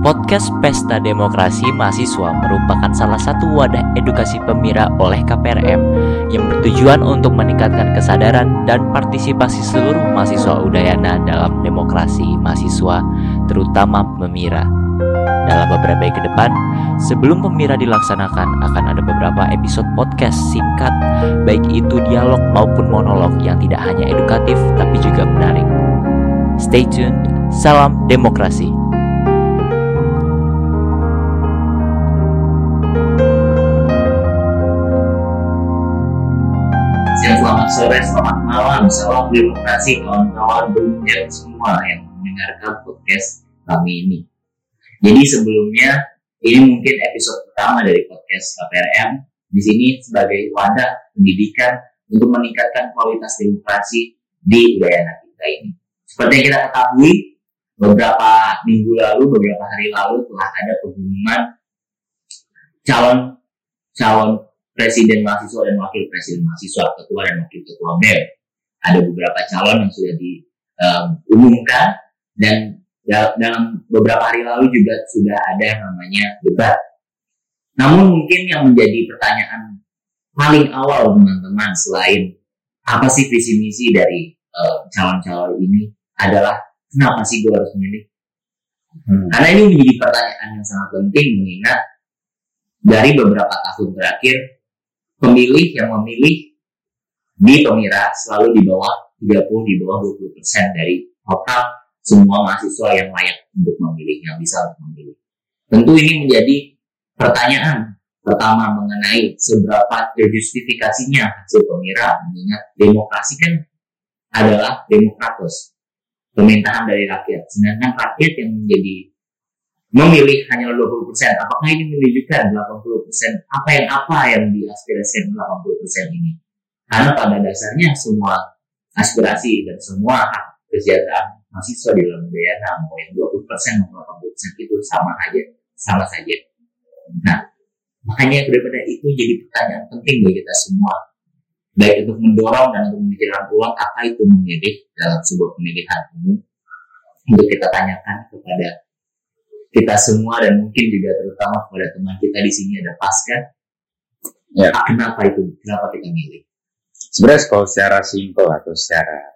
Podcast Pesta Demokrasi Mahasiswa merupakan salah satu wadah edukasi Pemira oleh KPRM yang bertujuan untuk meningkatkan kesadaran dan partisipasi seluruh mahasiswa Udayana dalam demokrasi mahasiswa, terutama Pemira. Dalam beberapa hari ke depan, sebelum Pemira dilaksanakan, akan ada beberapa episode podcast singkat, baik itu dialog maupun monolog yang tidak hanya edukatif tapi juga menarik. Stay tuned, salam demokrasi. Selamat sore, selamat malam, salam demokrasi kawan-kawan berunjang semua yang mendengarkan podcast kami ini. Jadi sebelumnya, ini mungkin episode pertama dari podcast KPRM. Di sini sebagai wadah pendidikan untuk meningkatkan kualitas demokrasi di Udayana kita ini. Seperti yang kita ketahui, beberapa minggu lalu, beberapa hari lalu telah ada pengumuman calon presiden mahasiswa dan wakil presiden mahasiswa, ketua dan wakil ketua BEM. Ada beberapa calon yang sudah diumumkan dan dalam beberapa hari lalu juga sudah ada namanya debat. Namun mungkin yang menjadi pertanyaan paling awal teman-teman selain apa sih visi misi dari calon-calon ini adalah kenapa sih gue harus memilih? Karena ini menjadi pertanyaan yang sangat penting mengingat dari beberapa tahun terakhir pemilih yang memilih di Pemira selalu di bawah 30, di bawah 20% dari total semua mahasiswa yang layak untuk memilih, yang bisa untuk memilih. Tentu ini menjadi pertanyaan pertama mengenai seberapa terjustifikasinya hasil Pemira, mengingat demokrasi kan adalah demokratos, pemerintahan dari rakyat. Sedangkan rakyat yang menjadi memilih hanya 20%, apakah ini menunjukkan 80% apa yang diaspirasikan 80% ini? Karena pada dasarnya semua aspirasi dan semua hak kesejahteraan mahasiswa di dalam Udayana, mau yang 20% maupun 80% itu sama saja. Nah, makanya daripada itu jadi pertanyaan penting bagi kita semua, baik untuk mendorong dan untuk memikirkan ulang apa itu memilih dalam sebuah pemilihan umum, untuk kita tanyakan kepada kita semua dan mungkin juga terutama kepada teman kita di sini ada Pasca. Ya. Kenapa kita milih? Sebenarnya kalau secara simpel atau secara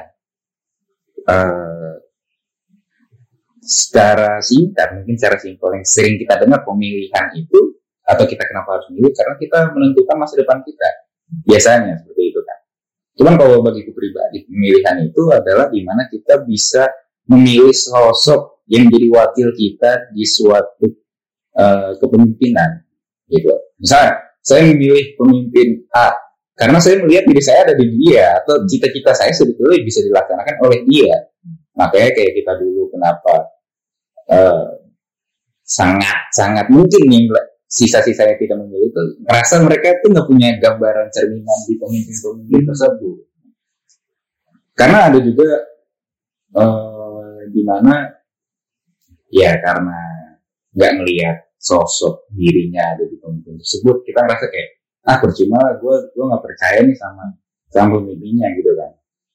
secara singkat, mungkin secara simpel yang sering kita dengar pemilihan itu atau kita kenapa harus memilih karena kita menentukan masa depan kita. Biasanya seperti itu kan. Cuman kalau bagiku pribadi, pemilihan itu adalah di mana kita bisa memilih sosok yang menjadi wakil kita di suatu kepemimpinan, gitu. Misalnya, saya memilih pemimpin A karena saya melihat diri saya ada di dia atau cita-cita saya sebetulnya bisa dilaksanakan oleh dia. Makanya kayak kita dulu kenapa sangat mungkin yang sisa-sisanya tidak memilih itu merasa mereka itu nggak punya gambaran cerminan di pemimpin tersebut. Karena ada juga di mana ya karena nggak ngelihat sosok dirinya ada di pemimpin tersebut, kita ngerasa kayak percuma gue nggak percaya nih sama pemimpinnya gitu kan.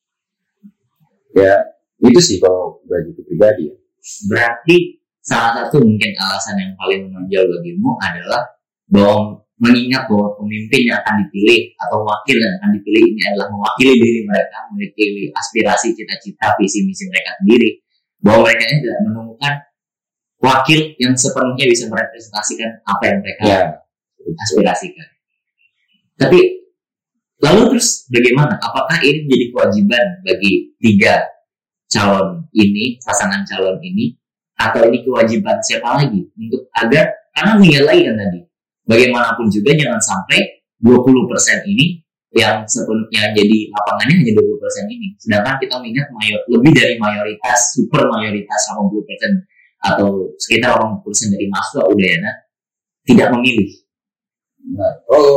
Ya itu sih kalau bagiku pribadi. Berarti salah satu mungkin alasan yang paling menonjol bagimu adalah bahwa mengingat bahwa pemimpin yang akan dipilih atau wakil yang akan dipilih ini adalah mewakili diri mereka, mewakili aspirasi, cita-cita, visi misi mereka sendiri, bahwa mereka ini tidak menemukan wakil yang sepenuhnya bisa merepresentasikan apa yang mereka aspirasikan. Tapi lalu terus bagaimana? Apakah ini menjadi kewajiban bagi 3 calon ini, pasangan calon ini, atau ini kewajiban siapa lagi untuk agar, karena mengingat lagi kan tadi, bagaimanapun juga jangan sampai 20% ini yang sepenuhnya jadi lapangannya hanya 20% ini. Sedangkan kita mengingat lebih dari mayoritas, super mayoritas 80% atau sekitar 80% dari mahasiswa Udayana tidak memilih. Nah,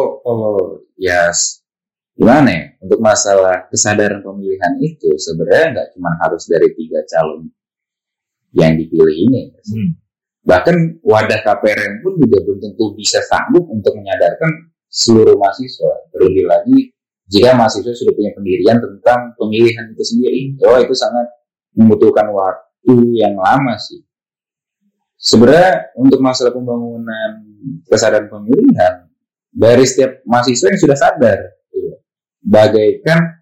gimana ya? Untuk masalah kesadaran pemilihan itu sebenarnya nggak cuma harus dari 3 calon yang dipilih ini. Bahkan wadah KPRM pun juga belum tentu bisa sanggup untuk menyadarkan seluruh mahasiswa. Terlebih lagi jika mahasiswa sudah punya pendirian tentang pemilihan itu sendiri. Itu sangat membutuhkan waktu yang lama sih. sebenarnya untuk masalah pembangunan kesadaran pemilihan dari setiap mahasiswa yang sudah sadar, bagaikan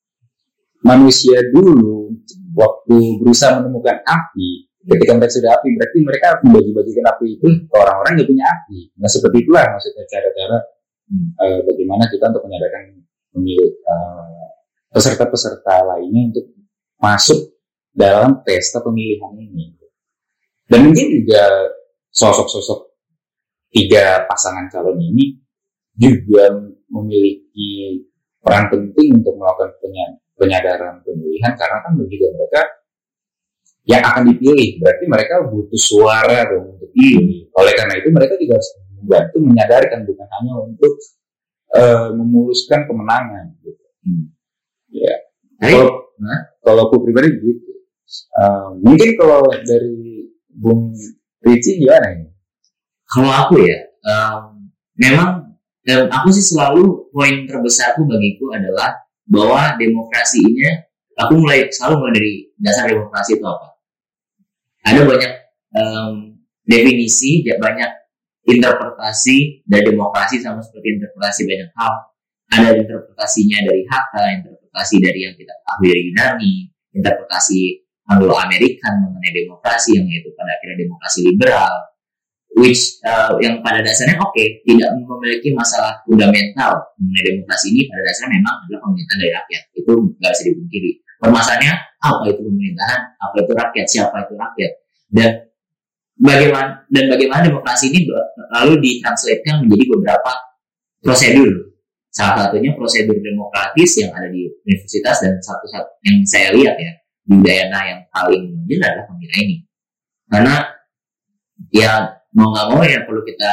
manusia dulu waktu berusaha menemukan api, ketika mereka sudah api, berarti mereka harus membagi-bagikan api itu ke orang-orang yang punya api. Nah seperti itulah maksudnya cara-cara bagaimana kita untuk menyadarkan peserta-peserta lainnya untuk masuk dalam pesta pemilihan ini. Dan mungkin juga sosok-sosok 3 pasangan calon ini juga memiliki peran penting untuk melakukan penyadaran pemilihan, karena kan juga mereka yang akan dipilih, berarti mereka butuh suara dong untuk dipilih. Oleh karena itu mereka juga harus membantu menyadarkan, bukan hanya untuk memuluskan kemenangan gitu. Ya. Kalau aku pribadi gitu. Mungkin kalau dari Bung Ricci gimana ini? Kalau aku ya, memang aku sih selalu poin terbesarku bagiku adalah bahwa demokrasi ini, aku selalu mulai dari dasar demokrasi itu apa. Ada banyak definisi, banyak interpretasi dari demokrasi, sama seperti interpretasi banyak hal. Ada interpretasinya dari Hakka, interpretasi dari yang kita ketahui dari Yunani, interpretasi Anglo-Amerikan mengenai demokrasi yang yaitu pada akhirnya demokrasi liberal, which yang pada dasarnya tidak memiliki masalah fundamental mengenai demokrasi ini. Pada dasarnya memang adalah pemerintahan dari rakyat, itu nggak bisa dipungkiri. Permasalahannya apa itu pemerintahan, apa itu rakyat, siapa itu rakyat, dan bagaimana demokrasi ini lalu ditranslatekan menjadi beberapa prosedur. Salah satunya prosedur demokratis yang ada di universitas, dan satu yang saya lihat ya di Udayana yang paling menonjol adalah pemira ini. Karena ya mau nggak mau ya perlu kita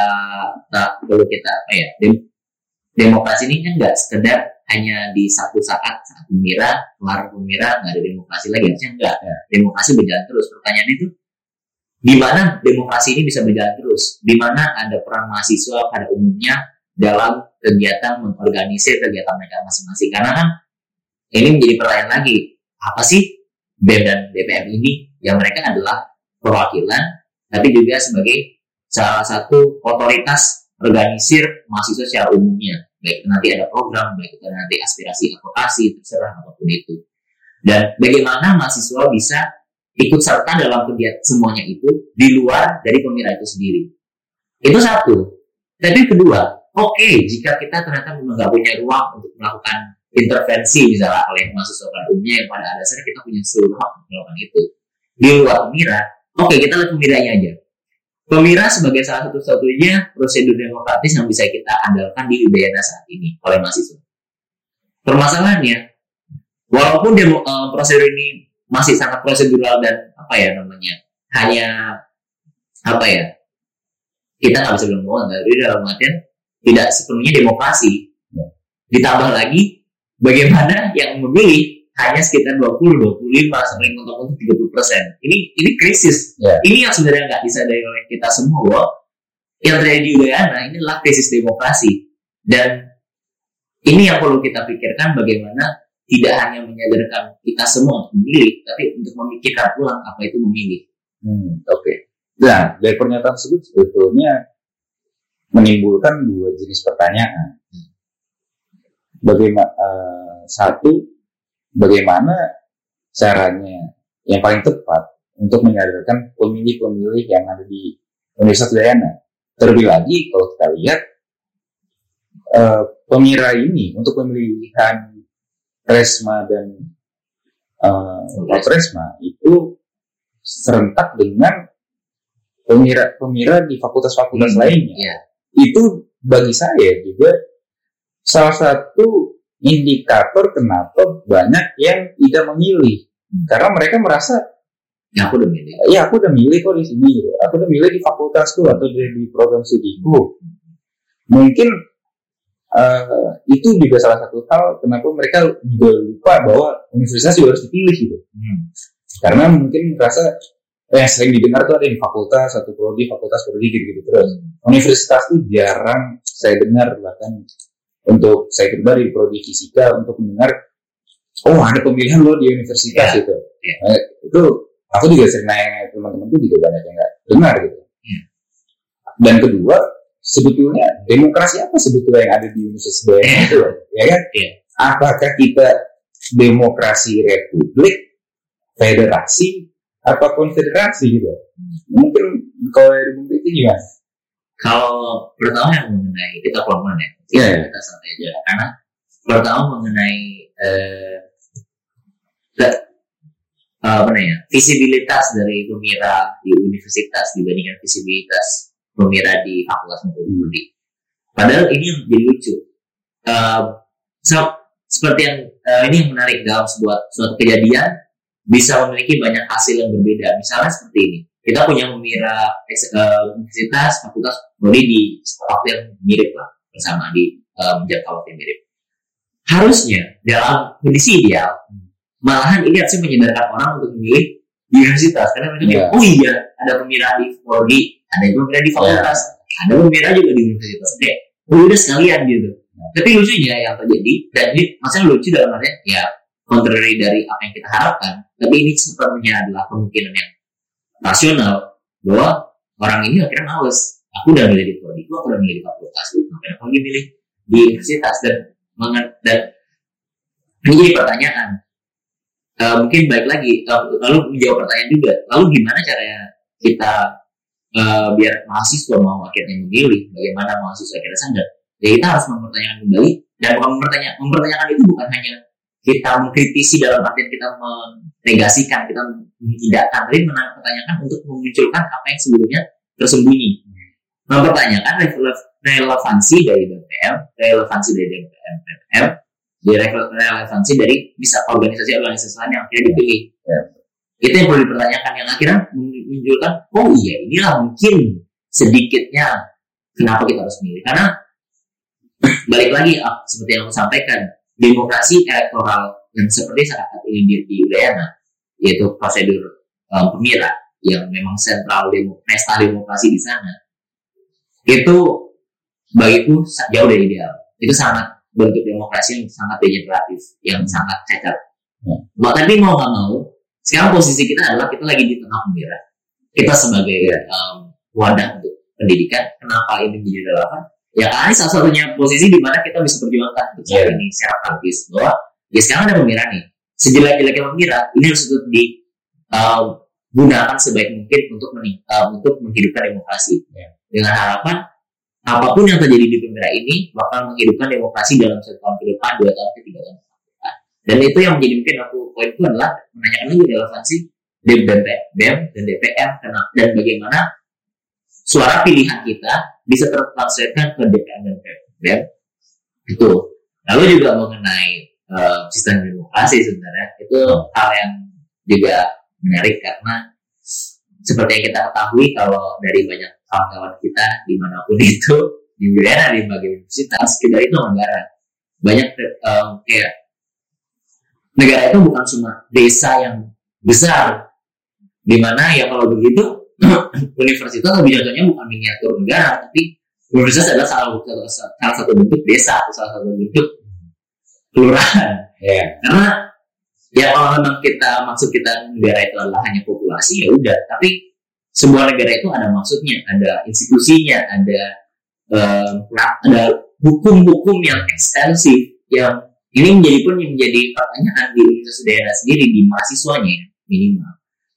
demokrasi ini kan nggak sekedar hanya di satu saat pemira kelar pemira nggak ada demokrasi lagi, harusnya enggak. Demokrasi berjalan terus. Pertanyaan itu di mana demokrasi ini bisa berjalan terus, di mana ada peran mahasiswa pada umumnya dalam kegiatan mengorganisir kegiatan mereka masing-masing. Karena kan ini menjadi pertanyaan lagi, apa sih BEM dan DPM ini? Yang mereka adalah perwakilan, tapi juga sebagai salah satu otoritas organisir mahasiswa secara umumnya. Baik nanti ada program, baik itu nanti aspirasi advokasi, terserah apapun itu. Dan bagaimana mahasiswa bisa ikut serta dalam kegiatan semuanya itu di luar dari pemira itu sendiri. Itu satu. Tapi kedua, jika kita ternyata memang nggak punya ruang untuk melakukan intervensi misalnya oleh mahasiswa pada umumnya yang pada dasarnya kita punya seluruh hak untuk melakukan itu di luar pemira, kita lihat pemiranya aja. Pemira sebagai salah satu-satunya prosedur demokratis yang bisa kita andalkan di Udayana saat ini oleh mahasiswa. Permasalahannya, walaupun prosedur ini masih sangat prosedural dan hanya kita nggak bisa bilang tapi dalam artian tidak sepenuhnya demokrasi. Ditambah lagi bagaimana yang memilih hanya sekitar 20, 25 sampai mentok-mentok 30%. Ini krisis. Ini yang sebenarnya nggak disadari oleh kita semua bahwa yang terjadi di Udayana ini adalah krisis demokrasi. Dan ini yang perlu kita pikirkan, bagaimana tidak hanya menyadarkan kita semua untuk memilih, tapi untuk memikirkan ulang apa itu memilih. Nah, dari pernyataan tersebut sebetulnya menimbulkan 2 jenis pertanyaan. Bagaimana caranya yang paling tepat untuk menyadarkan pemilih-pemilih yang ada di Universitas Udayana. Terlebih lagi kalau kita lihat pemira ini untuk pemilihan Resma dan Resma itu serentak dengan pemira di fakultas-fakultas lainnya. Itu bagi saya juga salah satu indikator kenapa banyak yang tidak memilih, karena mereka merasa aku udah milih. Aku udah milih kok di sini, aku udah milih di fakultasku atau di program studiku. Mungkin itu juga salah satu hal kenapa mereka juga lupa bahwa universitas juga harus dipilih gitu. Karena mungkin merasa yang sering didengar tuh ada di fakultas atau prodi gitu terus. Universitas tuh jarang saya dengar, bahkan untuk saya pribadi prodi fisika untuk mendengar ada pemilihan loh di universitas itu. Nah, itu aku juga sering nanya teman-teman tuh juga banyak yang nggak dengar gitu. Dan kedua, sebetulnya demokrasi apa sebetulnya yang ada di Universitas Udayana itu, ya kan? Apakah kita demokrasi republik, federasi, atau konfederasi gitu? Mungkin kalau dari Bung itu gimana? Kalau pertama yang mengenai kita pelan ya, kita santai aja. Karena pertama mengenai visibilitas dari Pemira di universitas dibandingkan visibilitas Pemira di fakultas maupun di. Padahal ini yang jadi lucu. Seperti yang ini yang menarik dalam suatu kejadian bisa memiliki banyak hasil yang berbeda. Misalnya seperti ini, kita punya Pemira universitas, fakultas prodi di waktu yang mirip lah, bersama di jangka waktu yang mirip. Harusnya dalam kondisi ideal, malahan ini harusnya menyadarkan orang untuk memilih di universitas, karena mereka bilang, oh iya, ada Pemira di prodi, ada juga Pemira di fakultas, ada Pemira juga di universitas. Oke, udah sekalian gitu. Tapi lucunya yang terjadi, dan ini maksudnya lucu dalam artinya, ya contrary dari apa yang kita harapkan, tapi ini sepertinya adalah kemungkinan yang rasional bahwa orang ini akhirnya males. Aku udah milih di prodi, aku udah milih di fakultas, ngapain aku lagi milih di universitas, dan ini jadi pertanyaan. Mungkin baik lagi, lalu menjawab pertanyaan juga. Lalu gimana caranya kita biar mahasiswa mau akhirnya memilih? Bagaimana mahasiswa akhirnya sadar? Ya kita harus mempertanyakan kembali, dan mempertanyakan itu bukan hanya kita mengkritisi dalam artian kita menegasikan, kita menghidangkan, tapi mempertanyakan untuk memunculkan apa yang sebelumnya tersembunyi. Mempertanyakan relevansi dari BPM, relevansi dari bisa organisasi-organisasi lain yang akhirnya dipilih. Itu yang perlu dipertanyakan, yang akhirnya menunjukkan, oh iya, inilah mungkin sedikitnya kenapa kita harus milih. Karena balik lagi seperti yang aku sampaikan, demokrasi elektoral yang seperti saat ini di Udayana, yaitu prosedur Pemira yang memang sentral pesta demokrasi di sana, itu bagiku jauh dari ideal. Itu sangat bentuk demokrasi yang sangat degeneratif, yang sangat cacat. Tapi mau nggak mau, sekarang posisi kita adalah kita lagi di tengah Pemira. Kita sebagai wadah untuk pendidikan, kenapa ini menjadi relevan? Ya karena ini salah satunya posisi di mana kita bisa perjuangkan untuk saat ini secara praktis, bahwa ya sekarang ada Pemira nih, sejelek-jeleknya Pemira ini harus untuk digunakan sebaik mungkin untuk menghidupkan demokrasi, dengan harapan apapun yang terjadi di Pemira ini bakal menghidupkan demokrasi dalam 1 tahun ke depan, 2 tahun ke 3 tahun ke depan. Dan itu yang menjadi mungkin poinku adalah menanyakan lagi relevansi BEM dan DPR dan bagaimana suara pilihan kita bisa tertranslasikan ke DPR dan BEM. Itu. Lalu juga mengenai sistem demokrasi sebenarnya itu hal yang juga menarik, karena seperti yang kita ketahui kalau dari banyak kawan-kawan kita dimanapun itu, di Udayana, di berbagai universitas, kita itu negara. Banyak kayak negara itu bukan cuma desa yang besar, dimana ya kalau begitu universitas lebih contohnya bukan miniatur negara, tapi universitas adalah salah satu bentuk desa atau salah satu bentuk kelurahan. Karena ya kalau memang maksud kita negara itu adalah hanya populasi, ya udah. Tapi sebuah negara itu ada maksudnya, ada institusinya, ada hukum-hukum yang ekstensif, yang ini menjadi pertanyaan di Universitas Udayana sendiri, di mahasiswanya minimal.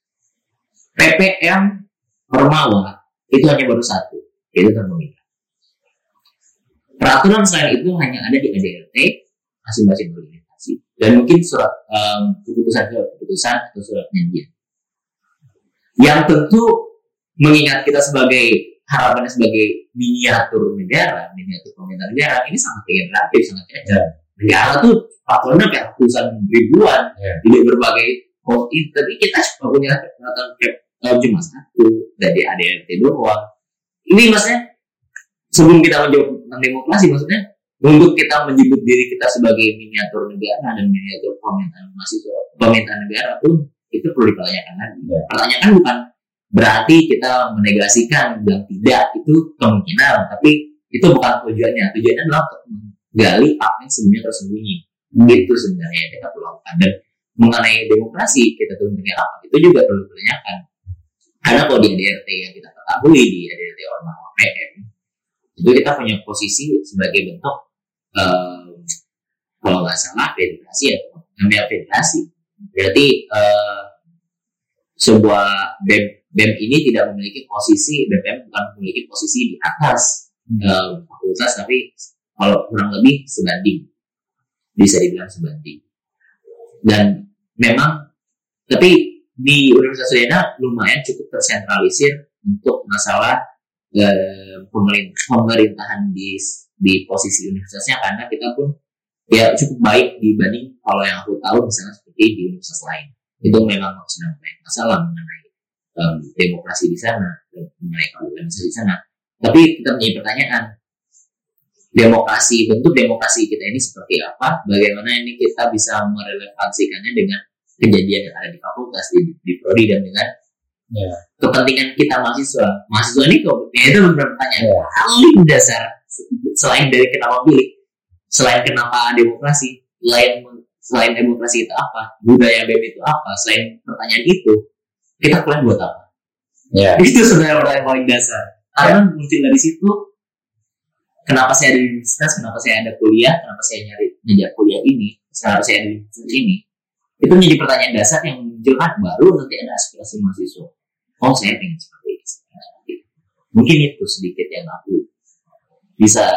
PPM Ormawa itu hanya baru satu, yaitu termometer. Peraturan selain itu hanya ada di ADRT masing-masing organisasi, dan mungkin surat keputusan atau surat perjanjian. Yang tentu mengingat kita sebagai harapannya sebagai miniatur negara, miniatur pemerintah negara, ini sangat degeneratif, sangat cacat. Negara tuh peraturannya kayak ratusan ribuan di berbagai tapi kita cuma punya peraturan cuma satu dari ADRT doang. Ini maksudnya sebelum kita menjawab tentang demokrasi, maksudnya untuk kita menyebut diri kita sebagai miniatur negara dan miniatur pemerintahan negara pun itu perlu dipertanyakan lagi. Pertanyaan bukan berarti kita menegasikan bilang tidak, itu kemungkinan, tapi itu bukan tujuannya. Tujuannya adalah untuk menggali apa yang sebenarnya tersembunyi. Itu sebenarnya yang kita perlu lakukan. Dan mengenai demokrasi kita tuntutnya apa, itu juga perlu ditanyakan. Karena kalau di ADRT yang kita ketahui di ADT Ormas PM itu kita punya posisi sebagai bentuk kalau nggak salah federasi atau federasi. Berarti sebuah BEM ini tidak memiliki posisi, BPM bukan memiliki posisi di atas fakultas, tapi kalau kurang lebih sebanding, bisa dibilang sebanding. Dan memang, tapi di Universitas Udayana lumayan cukup tersentralisir untuk masalah pemerintahan di posisi universitasnya, karena kita pun ya cukup baik dibanding kalau yang aku tahu misalnya seperti di universitas lain. Itu memang sedang banyak masalah mengenai demokrasi di sana, mengenai organisasi di sana. Tapi kita punya pertanyaan, bentuk demokrasi kita ini seperti apa? Bagaimana ini kita bisa merelevansikannya dengan kejadian yang ada di fakultas, di prodi, dan dengan kepentingan kita mahasiswa. Mahasiswa ini itu beberapa pertanyaan paling dasar selain dari kenapa pilih, selain kenapa demokrasi, selain demokrasi itu apa, budaya BEM itu apa, selain pertanyaan itu, kita kuliah buat apa? Itu sebenarnya pertanyaan paling dasar. Karena muncul dari situ, kenapa saya ada di universitas, kenapa saya ada kuliah, kenapa saya ngejar kuliah ini, kenapa saya ada di universitas ini. Itu menjadi pertanyaan dasar yang munculkan, baru nanti ada aspirasi mahasiswa. Oh, saya pengen seperti ini. Mungkin itu sedikit yang aku bisa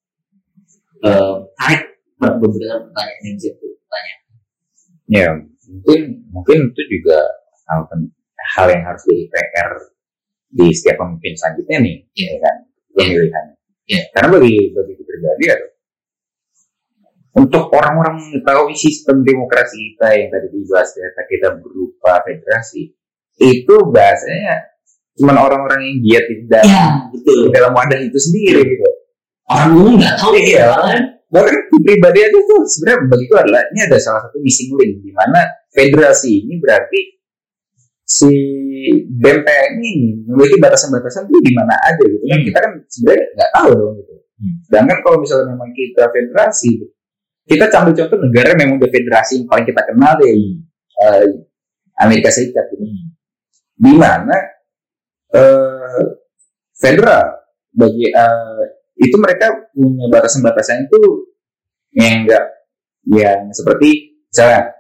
tarik beberapa pertanyaan yang bisa bertanya. Ya, mungkin itu juga hal yang harus jadi PR di setiap pemimpin selanjutnya nih, ya kan, pemilihannya. Karena bagi pribadi ya, untuk orang-orang mengetahui sistem demokrasi kita yang tadi dibahas, kita berupa federasi, itu bahasanya cuma orang-orang yang giat di dalam wadah itu sendiri gitu. Orang umum nggak tahu Bahkan pribadi aja tuh sebenarnya begitu adalah ini ada salah satu missing link di mana federasi ini berarti si BEM ini memiliki batasan-batasan tuh di mana aja gitu kan. Kita kan sebenarnya nggak tahu dong gitu. Sedangkan kalau misalnya memang kita federasi, kita ambil contoh negara yang memang udah federasi yang paling kita kenal deh, Amerika Serikat gitu. Di mana federal bagi itu mereka punya batasan-batasan itu yang seperti misalnya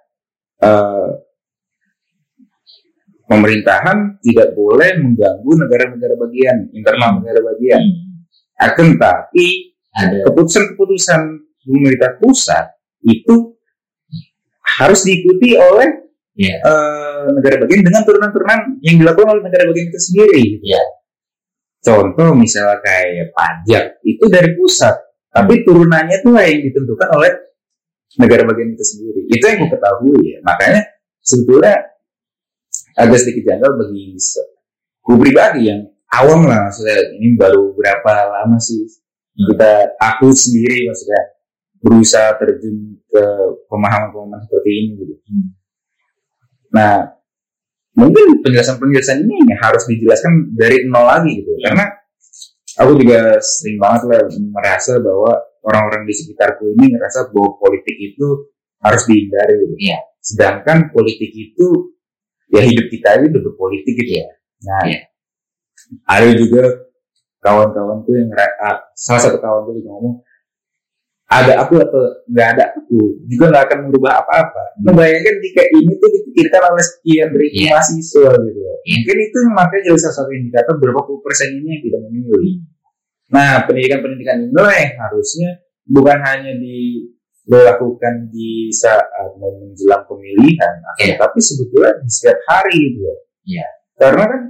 pemerintahan tidak boleh mengganggu negara-negara bagian, internal negara bagian. Akan tapi ada keputusan-keputusan pemerintah pusat itu harus diikuti oleh negara bagian dengan turunan-turunan yang dilakukan oleh negara bagian itu sendiri. Contoh misalnya kayak pajak itu dari pusat, tapi turunannya itu yang ditentukan oleh negara bagian itu sendiri. Itu yang gue ketahui ya. Makanya sebetulnya agak sedikit janggal bagi gue pribadi yang awam lah. Maksudnya ini baru berapa lama sih aku sendiri maksudnya berusaha terjun ke pemahaman-pemahaman seperti ini gitu. Nah, mungkin penjelasan-penjelasan ini harus dijelaskan dari nol lagi gitu. Karena aku juga sering banget lah merasa bahwa orang-orang di sekitarku ini ngerasa bahwa politik itu harus dihindari gitu. Sedangkan politik itu ya hidup kita aja udah berpolitik gitu ya. Nah, ada juga kawan-kawanku yang salah satu kawanku juga ngomong, ada aku atau nggak ada aku juga nggak akan merubah apa-apa. Membayangkan jika ini tuh dipikirkan oleh sekian ribu mahasiswa gitu. Mungkin itu makanya jadi salah satu indikator berapa puluh persen ini yang tidak memilih. Nah, pendidikan-pendidikan ini yang harusnya bukan hanya dilakukan di saat mau menjelang pemilihan, tapi sebetulnya di setiap hari gitu. Karena kan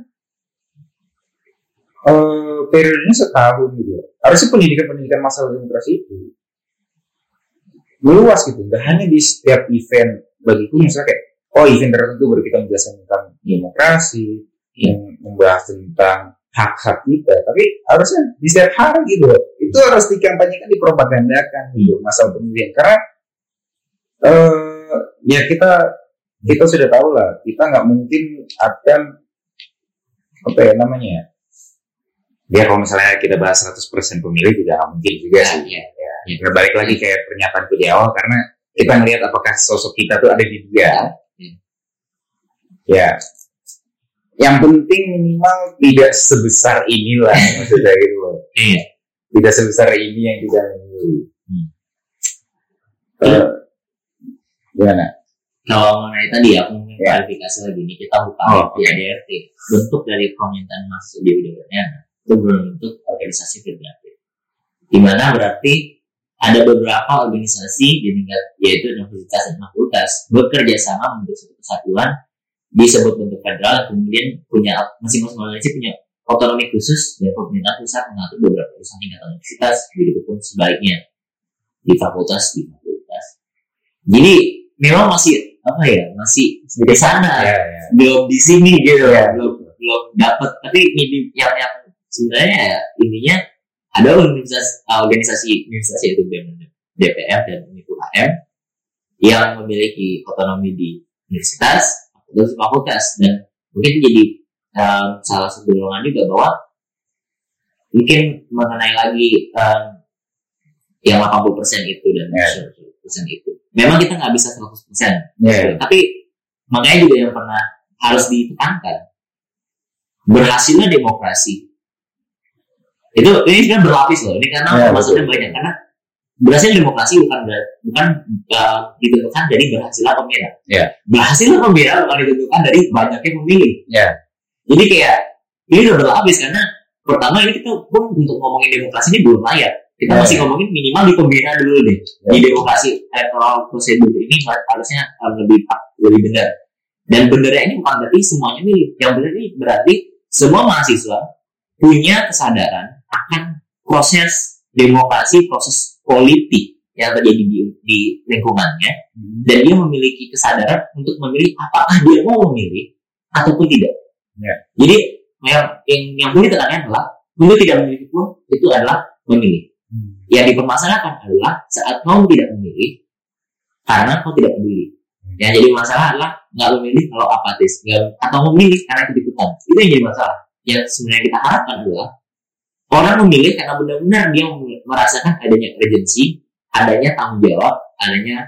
periodenya setahun gitu. Harusnya pendidikan masalah demokrasi itu meluas gitu, nggak hanya di setiap event. Bagiku misalnya kayak event tertentu baru kita menjelaskan tentang demokrasi, yang membahas tentang hak-hak kita, tapi harusnya di setiap hari gitu. Itu harus dikampanyekan, dipropagandakan gitu masalah pemilihan. Karena ya kita sudah tahu lah, kita nggak mungkin akan ya kalau misalnya kita bahas 100% pemilih tidak mungkin juga sih. Ya, balik lagi kayak pernyataanku di awal, karena kita ngelihat apakah sosok kita tuh ada di dia. Ya, Yang penting minimal tidak sebesar inilah maksudnya gitu loh. Iya. Tidak sebesar ini yang kita memilih. Gimana? Kalau mengenai tadi aku mungkin klarifikasi lagi nih, kita bukan ADRT. Bentuk dari permintaan mahasiswa di UDN itu berbentuk organisasi federatif. Di mana berarti ada beberapa organisasi di tingkat yaitu universitas dan fakultas bekerja sama membentuk satu kesatuan disebut bentuk federal, kemudian punya masing-masing organisasi punya otonomi khusus dan pemerintahan pusat mengatur beberapa urusan tingkatan universitas, begitu pun sebaliknya di fakultas. Jadi memang masih masih di sana, belum di sini gitu, belum dapat. Tapi ini yang sebenarnya intinya ada organisasi itu DPM dan UKM yang memiliki otonomi di universitas dan fakultas, dan mungkin jadi salah satu dorongan juga bahwa mungkin mengenai lagi yang 80% itu dan 100% itu memang kita nggak bisa 100%, tapi makanya juga yang pernah harus ditekankan berhasilnya demokrasi ini kan berlapis loh, ini karena maksudnya banyak, karena berhasil demokrasi bukan ditentukan dari berhasilnya pemilihan. Berhasilnya pemilihan bukan ditentukan dari banyaknya pemilih. Jadi kayak ini udah berlapis, karena pertama ini kita pun untuk ngomongin demokrasi ini belum layak. Kita masih ngomongin minimal di pemilihan dulu deh. Di demokrasi electoral prosedur ini harusnya lebih benar. Dan benernya ini bukan berarti semuanya milih. Yang benar ini berarti semua mahasiswa punya kesadaran akan proses demokrasi, proses politik yang terjadi di lingkungannya, dan dia memiliki kesadaran untuk memilih apakah dia mau memilih ataupun tidak. Jadi yang boleh ditekankan adalah memilih tidak memilih pun itu adalah memilih. Yang dipermasalahkan adalah saat kau tidak memilih karena kau tidak peduli. Yang jadi masalah adalah nggak memilih kalau apatis, atau memilih karena ikut-ikutan. Itu yang jadi masalah. Yang sebenarnya kita harapkan adalah orang memilih karena benar-benar dia merasakan adanya urgensi, adanya tanggung jawab, adanya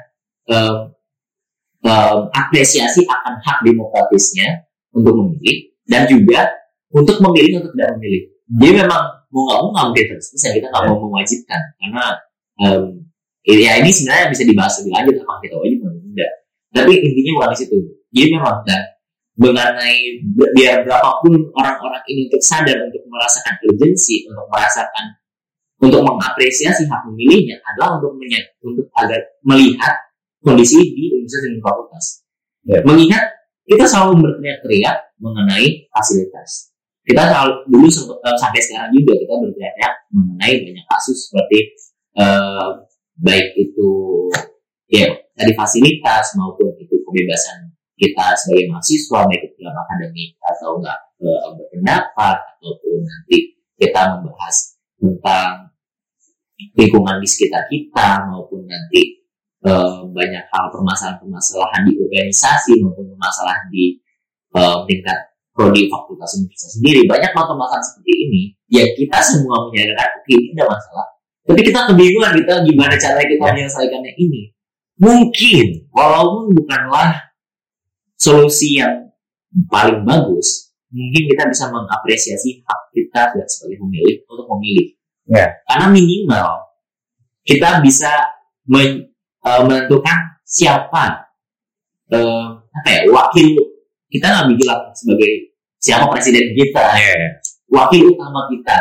apresiasi akan hak demokratisnya untuk memilih, dan juga untuk memilih untuk tidak memilih. Dia memang mau nggak mungkin terus kita nggak mau mewajibkan, karena ya ini sebenarnya bisa dibahas lebih lanjut apakah kita wajib atau tidak. Tapi intinya bukan di situ. Jadi memang mengenai biar berapapun orang-orang ini untuk sadar, untuk merasakan urgensi, untuk mengapresiasi hak memilihnya adalah untuk agar melihat kondisi di universitas dan fakultas. Mengingat kita selalu berteriak-teriak mengenai fasilitas. Kita dulu sampai sekarang juga kita berteriak-teriak mengenai banyak kasus seperti baik itu dari fasilitas maupun itu kebebasan kita sebagai mahasiswa, baik itu dalam akademik atau enggak berpendapat, ataupun nanti kita membahas tentang lingkungan di sekitar kita, maupun nanti banyak hal permasalahan di organisasi maupun permasalahan di tingkat prodi fakultas universitas sendiri. Banyak permasalahan seperti ini yang kita semua menyadari oke, ini ada masalah, tapi kita kebingungan gimana cara kita menyelesaikannya ini. Mungkin walaupun bukanlah solusi yang paling bagus, mungkin kita bisa mengapresiasi hak kita sebagai pemilih untuk memilih. Karena minimal kita bisa menentukan siapa wakil kita, nggak bilang sebagai siapa presiden kita, wakil utama kita,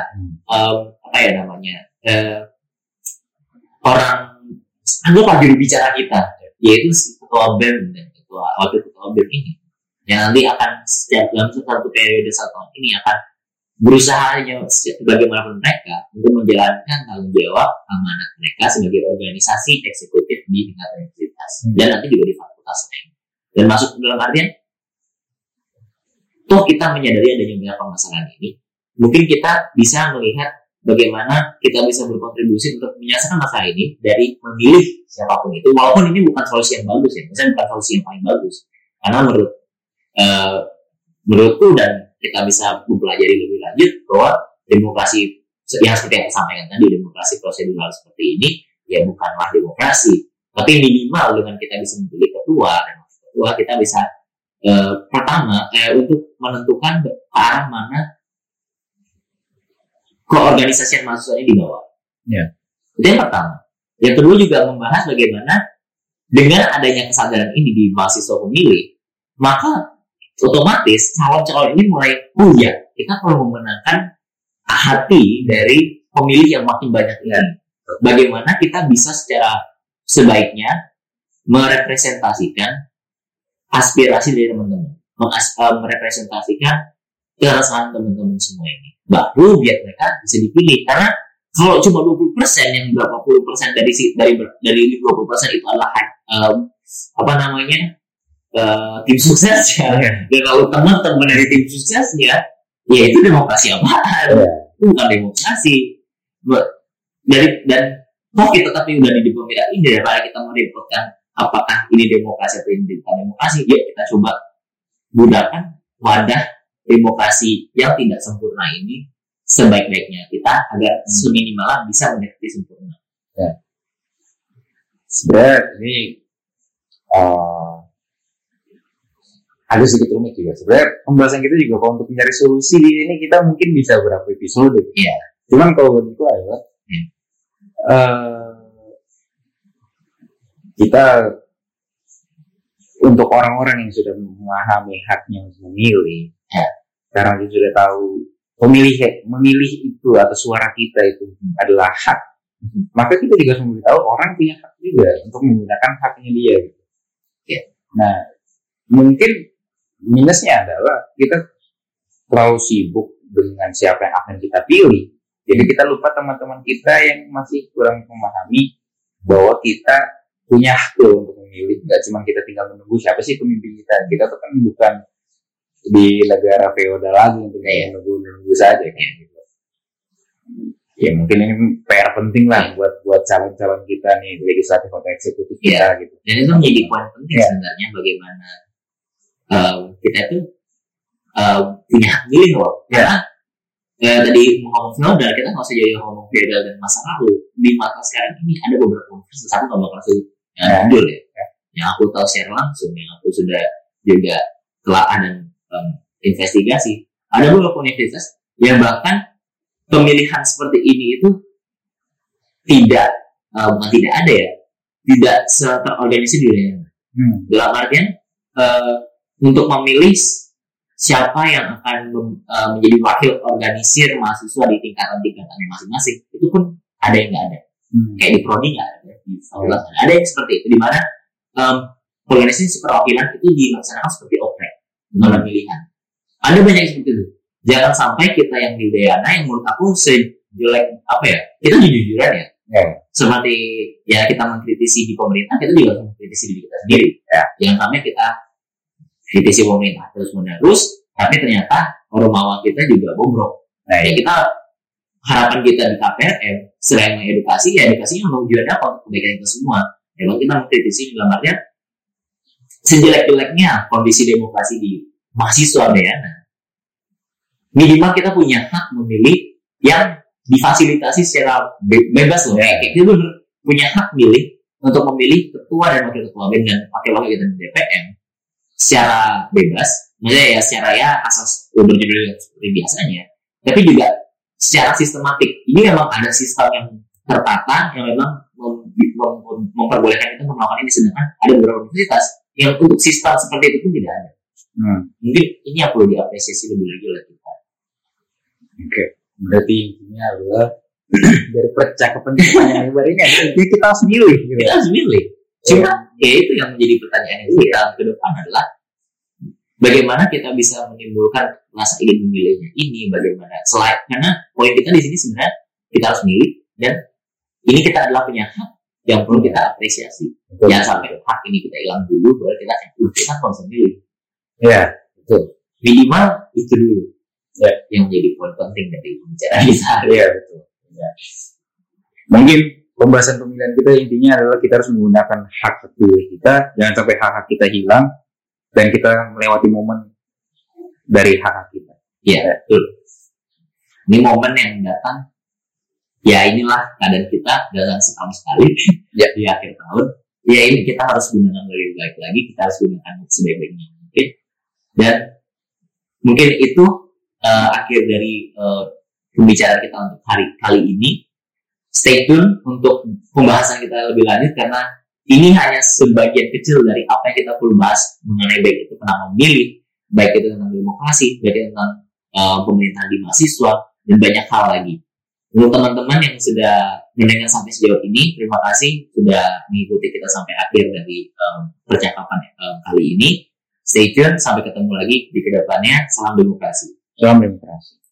orang anggaplah juru bicara kita, yaitu ketua BEM dan wakil ketua BEM ini, yang nanti akan setiap dalam satu periode 1 tahun ini akan berusaha bagaimanapun mereka untuk menjalankan tanggung jawab amanat mereka sebagai organisasi eksekutif di tingkat universitas dan nanti juga di fakultas lain. Dan masuk dalam artian toh kita menyadari adanya banyak permasalahan ini, mungkin kita bisa melihat bagaimana kita bisa berkontribusi untuk menyelesaikan masalah ini dari memilih siapapun itu, walaupun ini bukan solusi yang bagus ya, misalnya bukan solusi yang paling bagus, karena menurutku dan kita bisa mempelajari lebih lanjut bahwa demokrasi yang seperti yang saya sampaikan tadi, demokrasi prosedural seperti ini ya bukanlah demokrasi, tapi minimal dengan kita bisa memilih ketua dan wakil ketua, kita bisa pertama untuk menentukan ke arah mana keorganisasian mahasiswa ini dibawa. Ya. Itu yang pertama. Yang kedua juga membahas bagaimana dengan adanya kesadaran ini di mahasiswa pemilih, maka otomatis calon-calon ini mulai, kita perlu memenangkan hati dari pemilih yang makin banyak ini. Bagaimana kita bisa secara sebaiknya merepresentasikan aspirasi dari teman-teman, merepresentasikan keresahan teman-teman semua ini, baru biar mereka bisa dipilih. Karena kalau cuma 20%, yang berapa puluh persen dari 20% itu adalah tim suksesnya, dan kalau teman-teman dari tim suksesnya, ya itu demokrasi apaan? Itu bukan demokrasi. Dan kita tapi udah di pemilihan ini, daripada kita meributkan apakah ini demokrasi atau ini bukan demokrasi, yuk kita coba gunakan wadah demokrasi yang tidak sempurna ini sebaik-baiknya kita agar seminimal bisa menjadi sempurna. Ya. Sebenarnya ini agak sedikit rumit juga. Sebenarnya pembahasan kita juga kalau untuk mencari solusi di ini kita mungkin bisa berapa episode. Iya. Cuman kalau begitu adalah kita untuk orang-orang yang sudah memahami haknya untuk memilih, karena kita sudah tahu memilih itu atau suara kita itu adalah hak, maka kita juga memberitahu orang punya hak juga untuk menggunakan haknya dia. Gitu. Nah, mungkin minusnya adalah kita terlalu sibuk dengan siapa yang akan kita pilih. Jadi kita lupa teman-teman kita yang masih kurang memahami bahwa kita punya hak untuk memilih. Gak cuma kita tinggal menunggu siapa sih pemimpin kita. Kita tuh kan bukan di negara feodal lagi yang tinggal menunggu saja kan gitu. Ya mungkin ini PR penting lah buat calon-calon kita nih, legislatif atau eksekutif kita gitu. Dan itu menjadi poin penting sebenarnya, bagaimana kita itu punya hak pilih loh. Karena tadi ngomong feodal, kita nggak usah jadi ngomong feodal dan masa lalu. Di masa sekarang ini ada beberapa universitas, aku nggak bakal sebut judul yang aku tahu secara langsung, yang aku sudah juga telaah dan investigasi. Ada beberapa universitas yang bahkan pemilihan seperti ini itu tidak ada ya, tidak terorganisir di dunia. Dalam artian untuk memilih siapa yang akan menjadi wakil organisir mahasiswa di tingkatannya masing-masing, itu pun ada yang nggak ada. Kayak di prodi nggak ada, di fakultas ada yang seperti itu, di mana organisasi perwakilan itu dilaksanakan seperti oprek dalam pilihan. Ada banyak seperti itu. Jangan sampai kita yang di Udayana, yang menurut aku sejelek kita jujur-jujuran ya. Seperti ya kita mengkritisi di pemerintah, kita juga harus mengkritisi diri kita sendiri. Jangan sampai kita kritisi pemerintah terus-menerus, tapi ternyata ormawa kita juga bobrok. Nah, ya kita harapan kita di KPRM selain mengedukasi, ya edukasinya menunjukkan apa untuk kebaikan kita semua. Memang kita mengkritisi dalam artian sejelek-jeleknya kondisi demokrasi di mahasiswa Udayana, minimal kita punya hak memilih yang difasilitasi secara bebas loh. Kita benar punya hak milih untuk memilih ketua dan wakil ketua BEM dan wakil-wakil kita di DPM secara bebas, maksudnya ya secara asas berjudul seperti biasanya, tapi juga secara sistematik. Ini memang ada sistem yang tertata yang memang memperbolehkan kita melakukan ini, sedangkan ada beberapa universitas yang untuk sistem seperti itu pun tidak ada. Mungkin ini yang perlu diapresiasi lebih lagi oleh kita. Oke, berarti intinya adalah dari percakapan yang lebar ini kita harus milih. Gitu. Kita harus milih. Cuma ya itu yang menjadi pertanyaan kita ke depan adalah bagaimana kita bisa menimbulkan rasa ingin memilihnya ini, bagaimana selain, karena poin kita di sini sebenarnya kita harus milih, dan ini kita adalah punya hak yang perlu kita apresiasi. Jangan sampai hak ini kita hilang dulu baru kita nggak bisa milih. Ya, betul. Minimal itu dulu yang menjadi poin penting dari pembicaraan kita. Iya, betul. Ya. Mungkin pembahasan pemilihan kita intinya adalah kita harus menggunakan hak pilih kita, jangan sampai hak kita hilang dan kita melewati momen dari hak kita. Iya, betul. Ini momen yang datang, ya inilah keadaan kita dalam setahun sekali di akhir tahun. Ya ini kita harus gunakan lebih baik lagi, kita harus gunakan sebaik-baiknya mungkin Dan mungkin itu akhir dari pembicaraan kita untuk hari kali ini. Stay tune untuk pembahasan kita lebih lanjut, karena ini hanya sebagian kecil dari apa yang kita perlu bahas mengenai baik itu tentang memilih, baik itu tentang demokrasi, baik itu tentang pemerintahan di mahasiswa, dan banyak hal lagi. Untuk teman-teman yang sudah mendengar sampai sejauh ini, terima kasih sudah mengikuti kita sampai akhir dari percakapan kali ini. Stay tune, sampai ketemu lagi di kedepannya. Salam demokrasi. Salam demokrasi.